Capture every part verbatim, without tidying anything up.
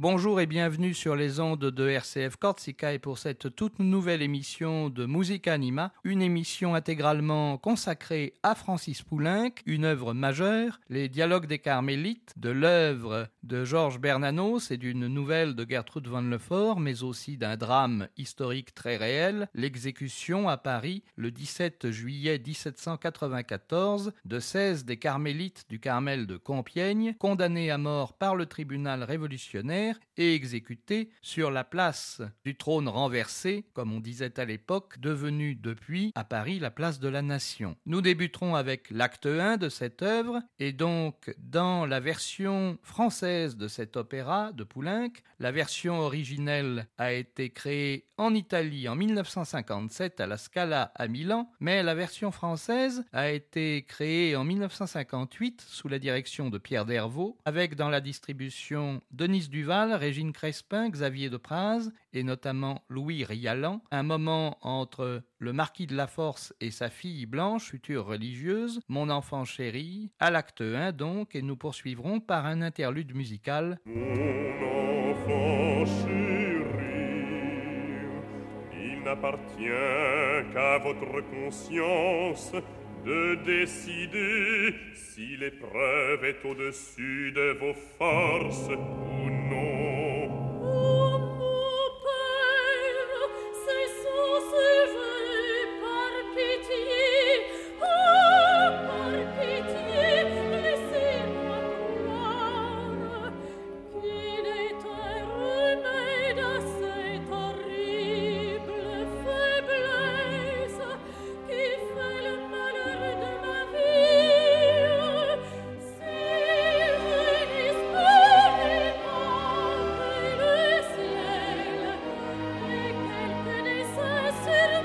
Bonjour et bienvenue sur les ondes de R C F Corsica et pour cette toute nouvelle émission de Musica Anima, une émission intégralement consacrée à Francis Poulenc, une œuvre majeure, les dialogues des Carmélites, de l'œuvre de Georges Bernanos et d'une nouvelle de Gertrude van Lefort, mais aussi d'un drame historique très réel, l'exécution à Paris le dix-sept juillet dix-sept cent quatre-vingt-quatorze de seize des Carmélites du Carmel de Compiègne, condamnés à mort par le tribunal révolutionnaire et exécuté sur la place du trône renversé, comme on disait à l'époque, devenue depuis à Paris la place de la Nation. Nous débuterons avec l'acte un de cette œuvre, et donc dans la version française de cet opéra de Poulenc, la version originelle a été créée en Italie en mille neuf cent cinquante-sept à la Scala à Milan, mais la version française a été créée en mille neuf cent cinquante-huit sous la direction de Pierre Dervaux, avec dans la distribution Denise Duval, Régine Crespin, Xavier de Praz et notamment Louis Rialan, un moment entre le marquis de la Force et sa fille Blanche, future religieuse, Mon enfant chéri, à l'acte un donc, et nous poursuivrons par un interlude musical. Mon enfant chéri, il n'appartient qu'à votre conscience de décider si l'épreuve est au-dessus de vos forces ou non. Oh, mon père, cessons ce jeu par pitié. Oh, par pitié, laissez-moi croire qu'il est un remède à cette horrible faiblesse qui fait le malheur de ma vie. Si je n'espérais pas que le ciel ait quelque dessein sur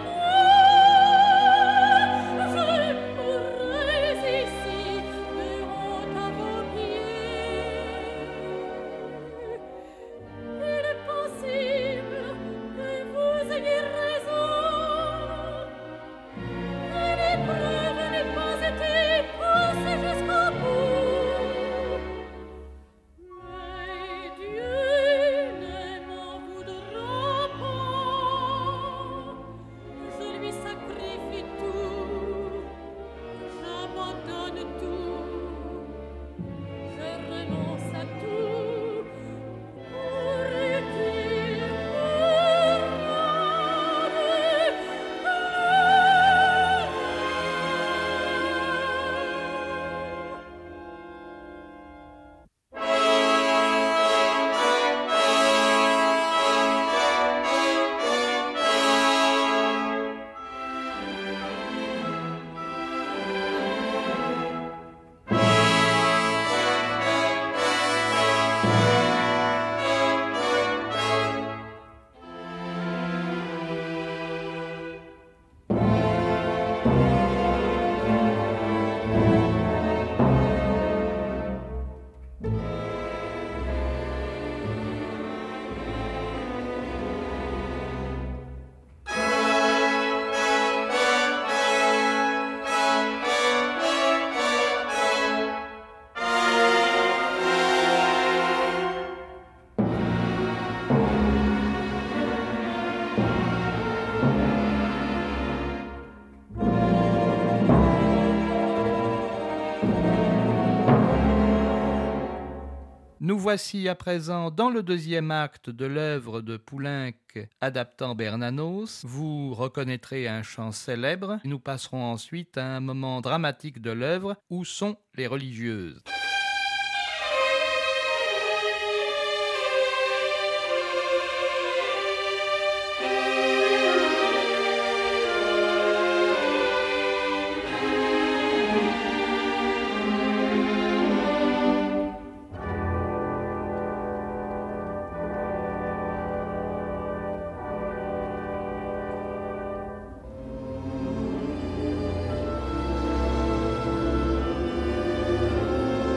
moi, je mourrais ici de honte à vos pieds. Il est possible que vous ayez raison, que l'épreuve n'ait pas été poussée jusqu'au bout. Mais Dieu ne m'en voudra pas. Je lui sacrifie tout, j'abandonne tout, je renonce à tout pour qu'il Nous voici à présent dans le deuxième acte de l'œuvre de Poulenc adaptant Bernanos. Vous reconnaîtrez un chant célèbre. Nous passerons ensuite à un moment dramatique de l'œuvre où sont les religieuses. Oh,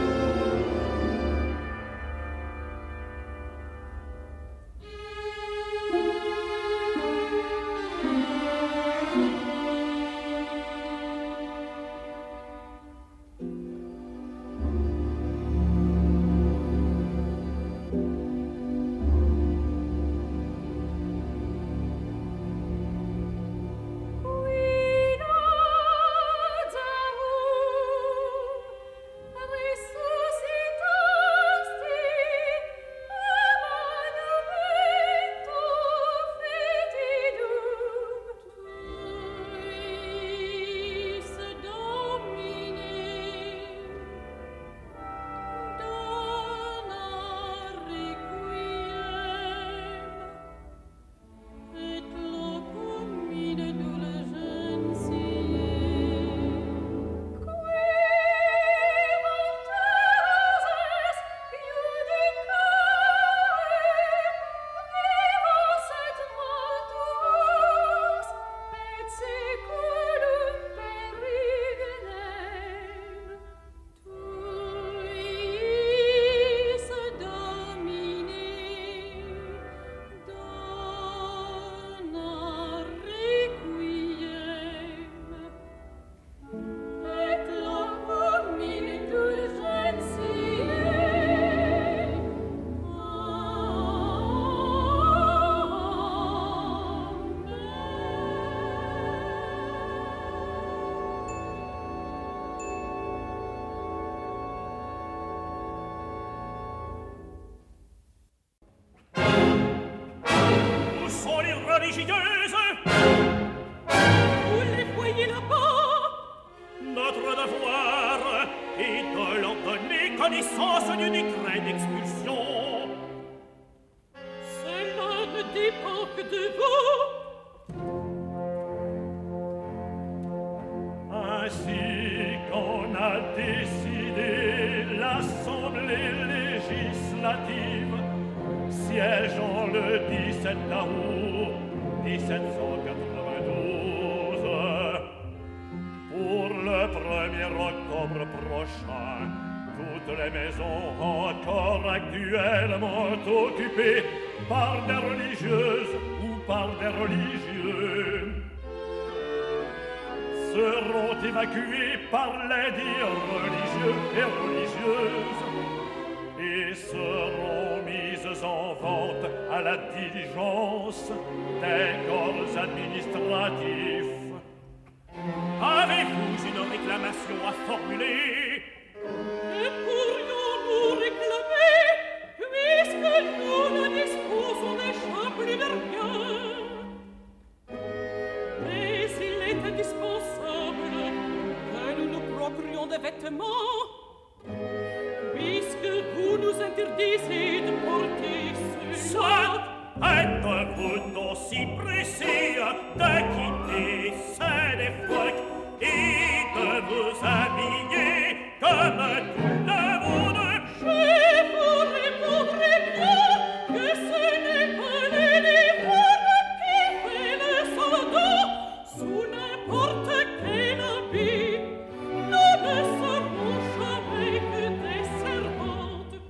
religieuse. Vous les voyez là-bas? Notre devoir est de leur donner connaissance du décret d'expulsion. Cela ne dépend que de vous. Ainsi qu'on a décidé l'Assemblée législative siégeant le dix-sept août dix-sept cent quatre-vingt-douze, pour le premier octobre prochain, toutes les maisons encore actuellement occupées par des religieuses ou par des religieux seront évacués par l'édit religieux et religieuses et seront mises en vente à la diligence des corps administratifs. Avez-vous une réclamation à formuler? Que pourrions-nous réclamer, puisque nous ne disposons déjà plus de rien? Mais il est indispensable que nous nous procurions des vêtements, puisque vous nous interdisez de porter cela. Soit êtes-vous aussi pressés de quitter cette époque et de vous habiller comme tout le monde? Je vous répondrai bien que ce n'est pas l'uniforme qui fait le soldat. Sous n'importe quel habit, nous ne serons jamais que des servantes.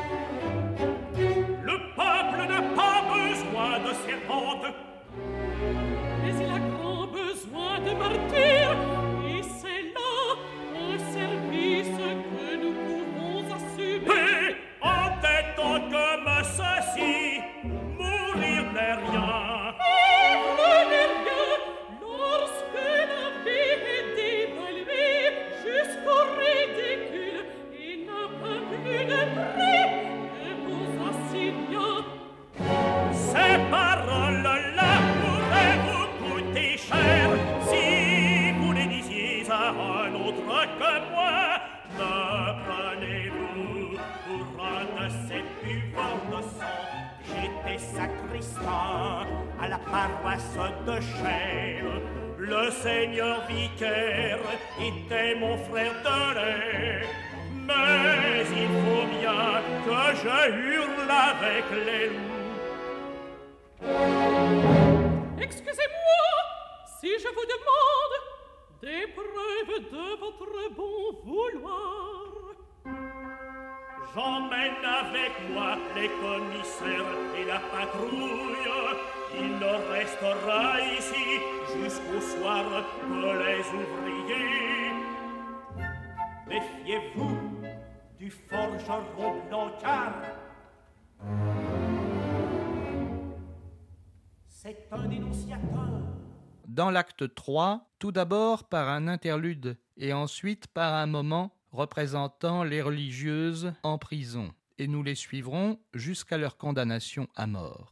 Le peuple n'a pas besoin de servantes, Mais il a grand besoin de martyrs, et c'est là un service que nous pouvons assumer. et en étant comme ceci, mourir n'est rien. Vivre n'est rien lorsque la vie est dévaluée jusqu'au ridicule et n'a pas plus de prix que vos assignats. Ces paroles-là pourraient vous coûter cher si vous les disiez à un autre que moi. Me prenez-vous pour un de ces buveurs de sang? J'étais sacristain à la paroisse de Chelles. Le seigneur vicaire était mon frère de lait. Mais il faut bien que je hurle avec les loups. Excusez-moi si je vous demande des preuves de votre bon vouloir. J'emmène avec moi les commissaires et la patrouille. Il ne restera ici jusqu'au soir que les ouvriers. Méfiez-vous du forgeron Blancard. C'est un dénonciateur. Dans l'acte trois, tout d'abord par un interlude et ensuite par un moment représentant les religieuses en prison, et nous les suivrons jusqu'à leur condamnation à mort.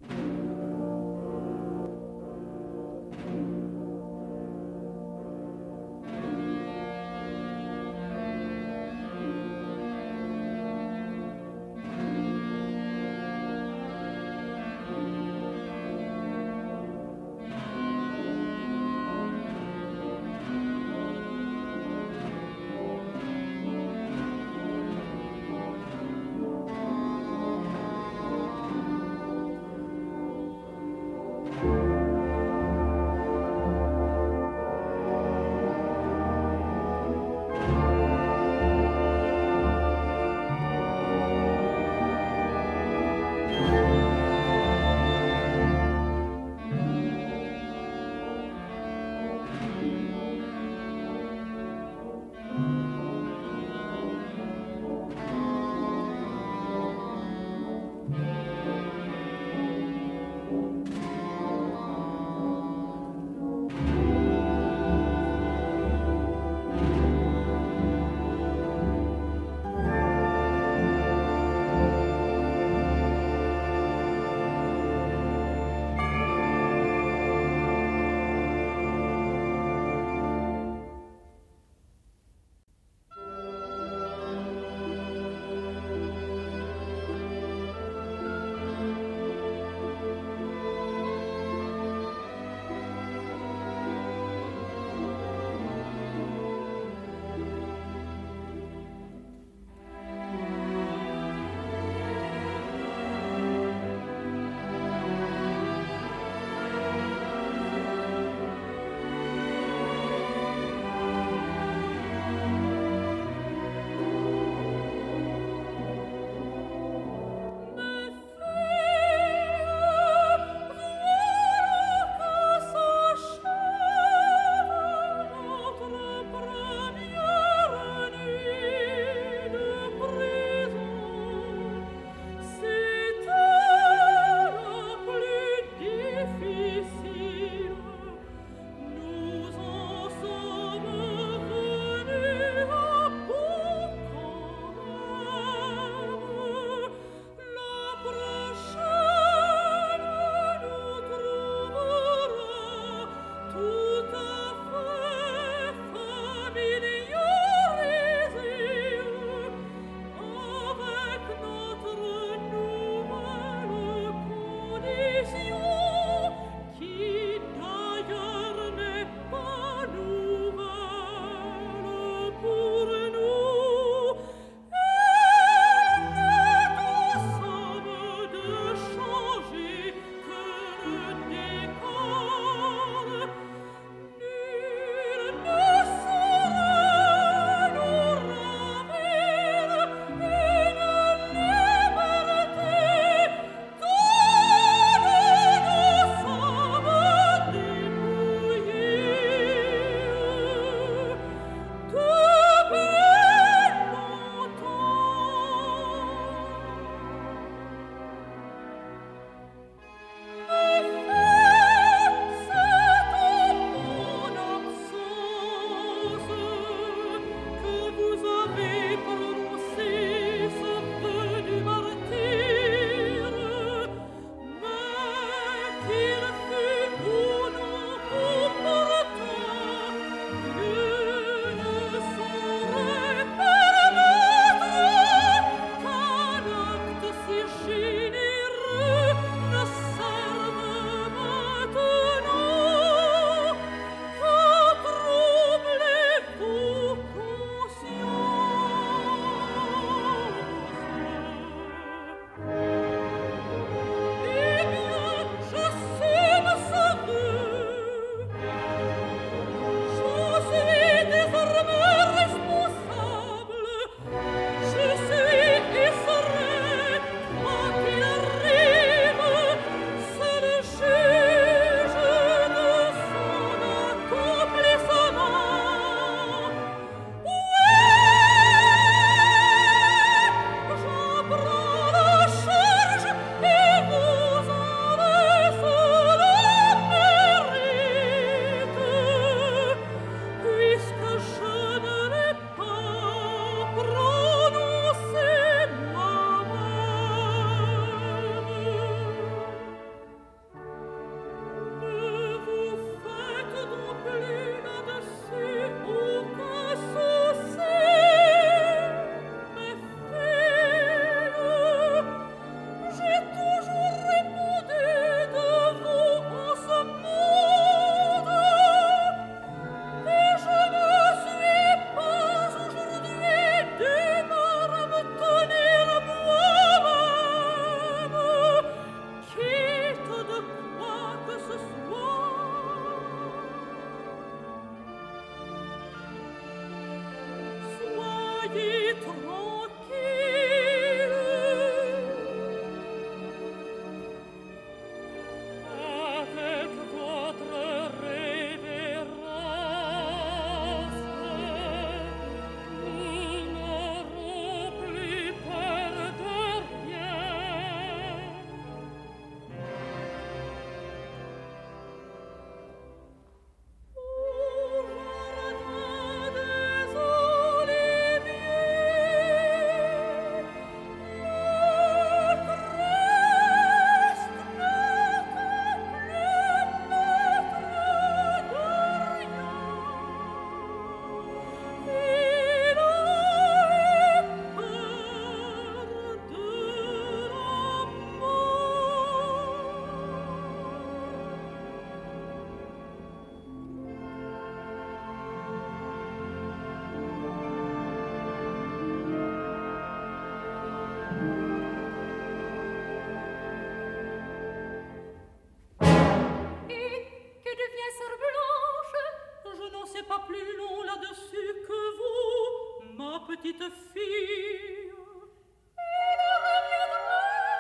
sœurs blanches, je n'en sais pas plus long là-dessus que vous, ma petite fille. Il reviendra.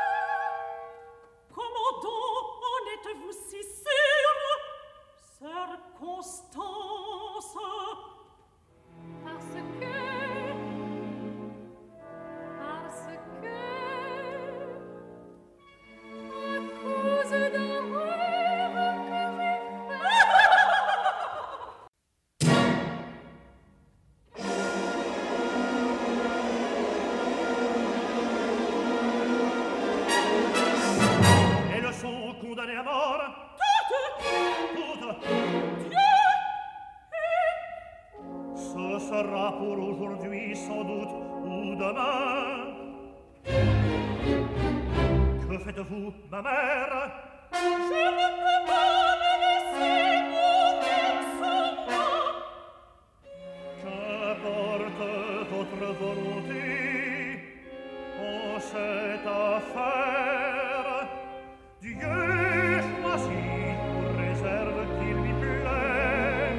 Comment donc en êtes-vous si sûre, sœur Constance? Parce que, parce que, à cause d'un rêve que j'ai fait. Elles sont condamnées à mort. Toutes. Toutes. Dieu! Ce sera pour aujourd'hui sans doute ou demain. Que faites-vous, ma mère? Je ne peux pas me laisser mourir sans moi. Qu'importe votre volonté en cette affaire, Dieu choisit pour réserve qu'il lui plaît.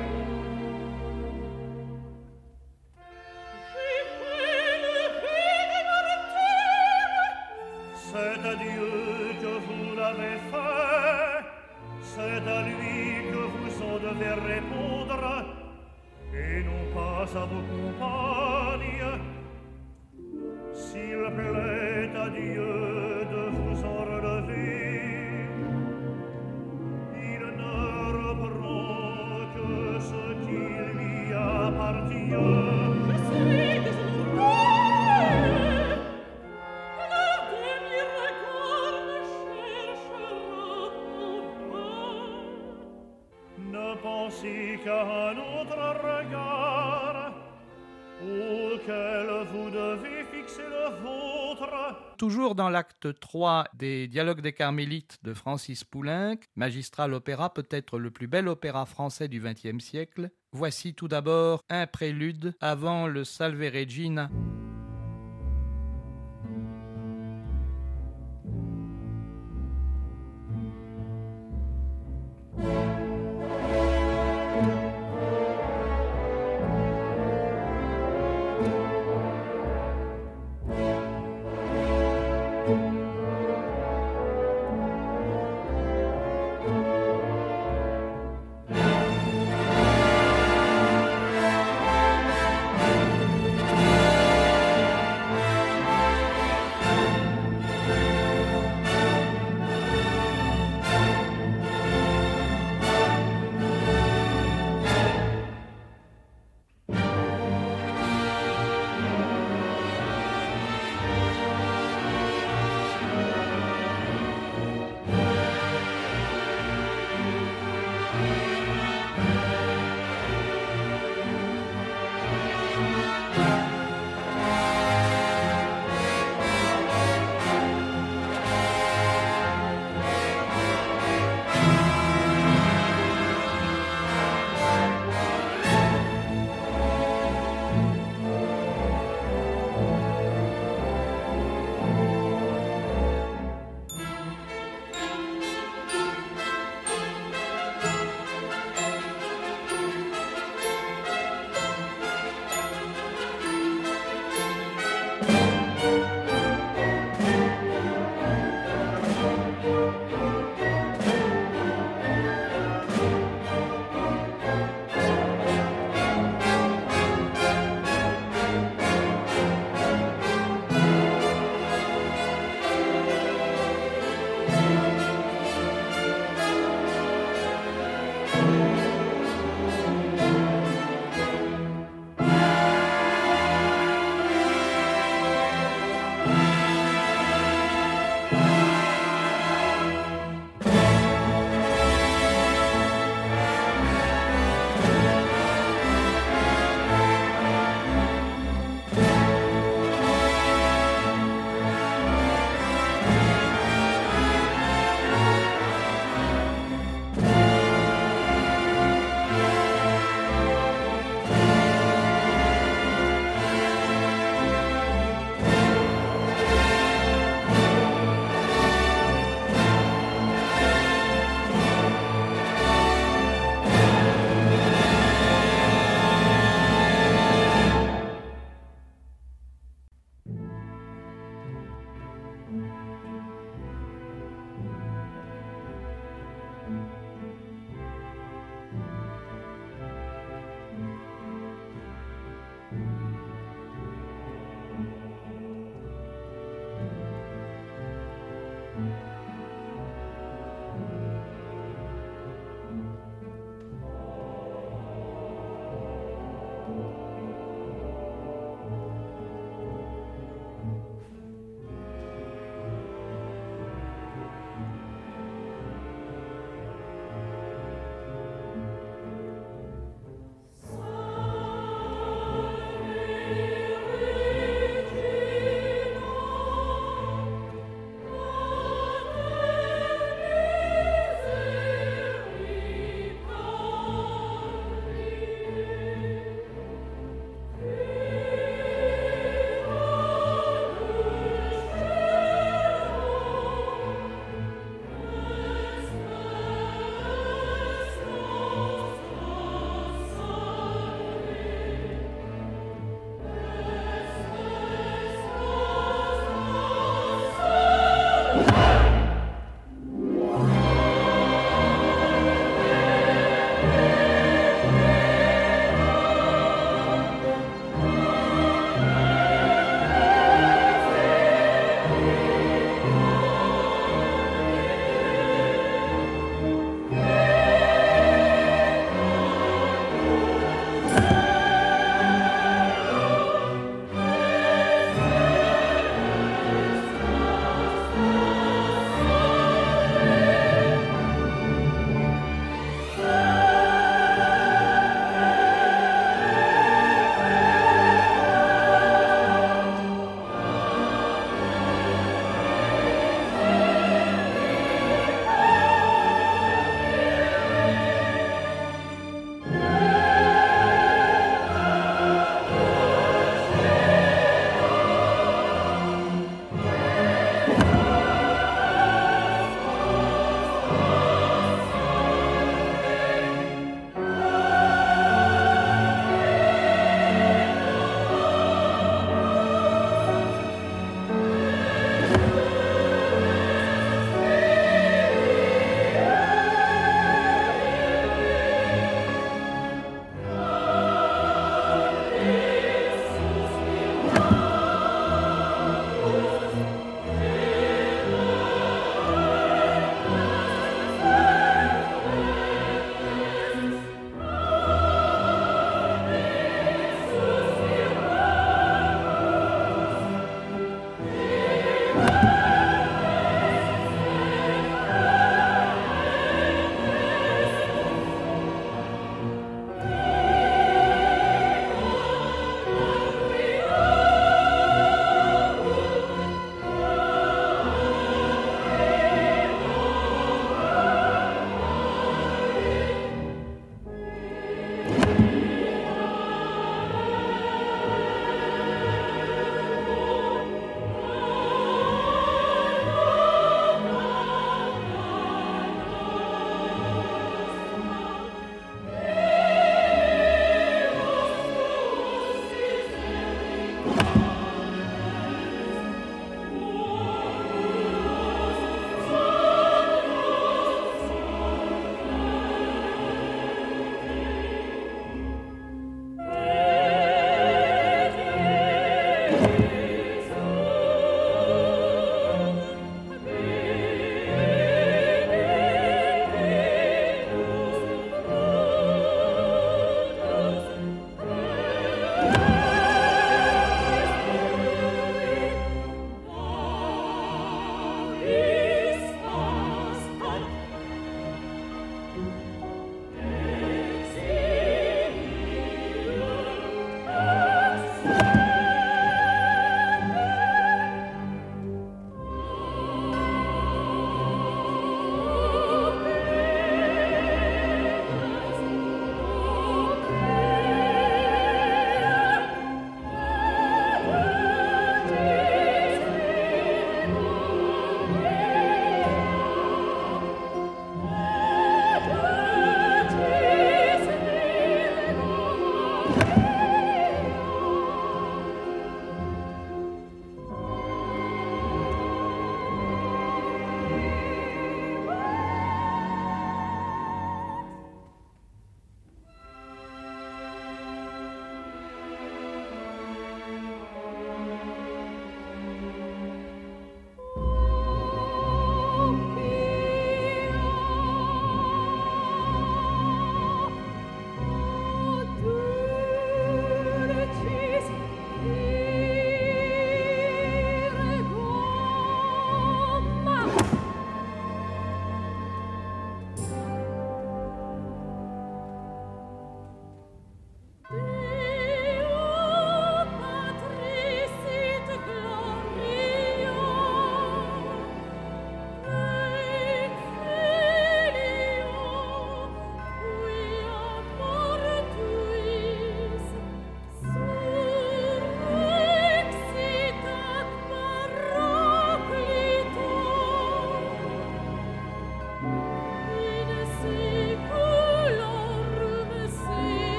J'ai fait le vœu de martyr. C'est à Dieu que vous l'avez fait, c'est à lui que vous en devez répondre, et non pas à vos compagnes. S'il plaît à Dieu de vous en relever, il ne reprend que ce qui lui appartient. Je suis déshonorée. Le dernier regard me cherchera en vain. Ne pensez qu'à un autre regard auquel vous devez fixer le vôtre. Toujours dans l'acte trois des Dialogues des Carmélites de Francis Poulenc, magistral opéra, peut-être le plus bel opéra français du vingtième siècle, voici tout d'abord un prélude avant le Salve Regina. Je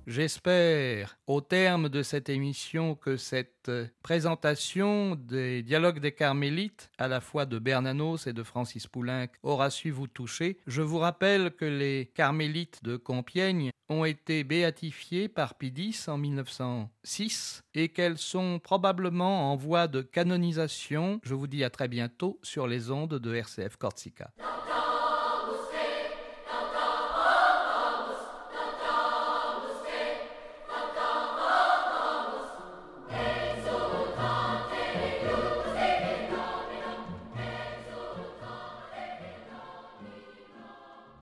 J'espère, au terme de cette émission, que cette présentation des dialogues des Carmélites, à la fois de Bernanos et de Francis Poulenc, aura su vous toucher. Je vous rappelle que les Carmélites de Compiègne ont été béatifiés par Pie X en mille neuf cent six et qu'elles sont probablement en voie de canonisation. Je vous dis à très bientôt sur les ondes de R C F Corsica.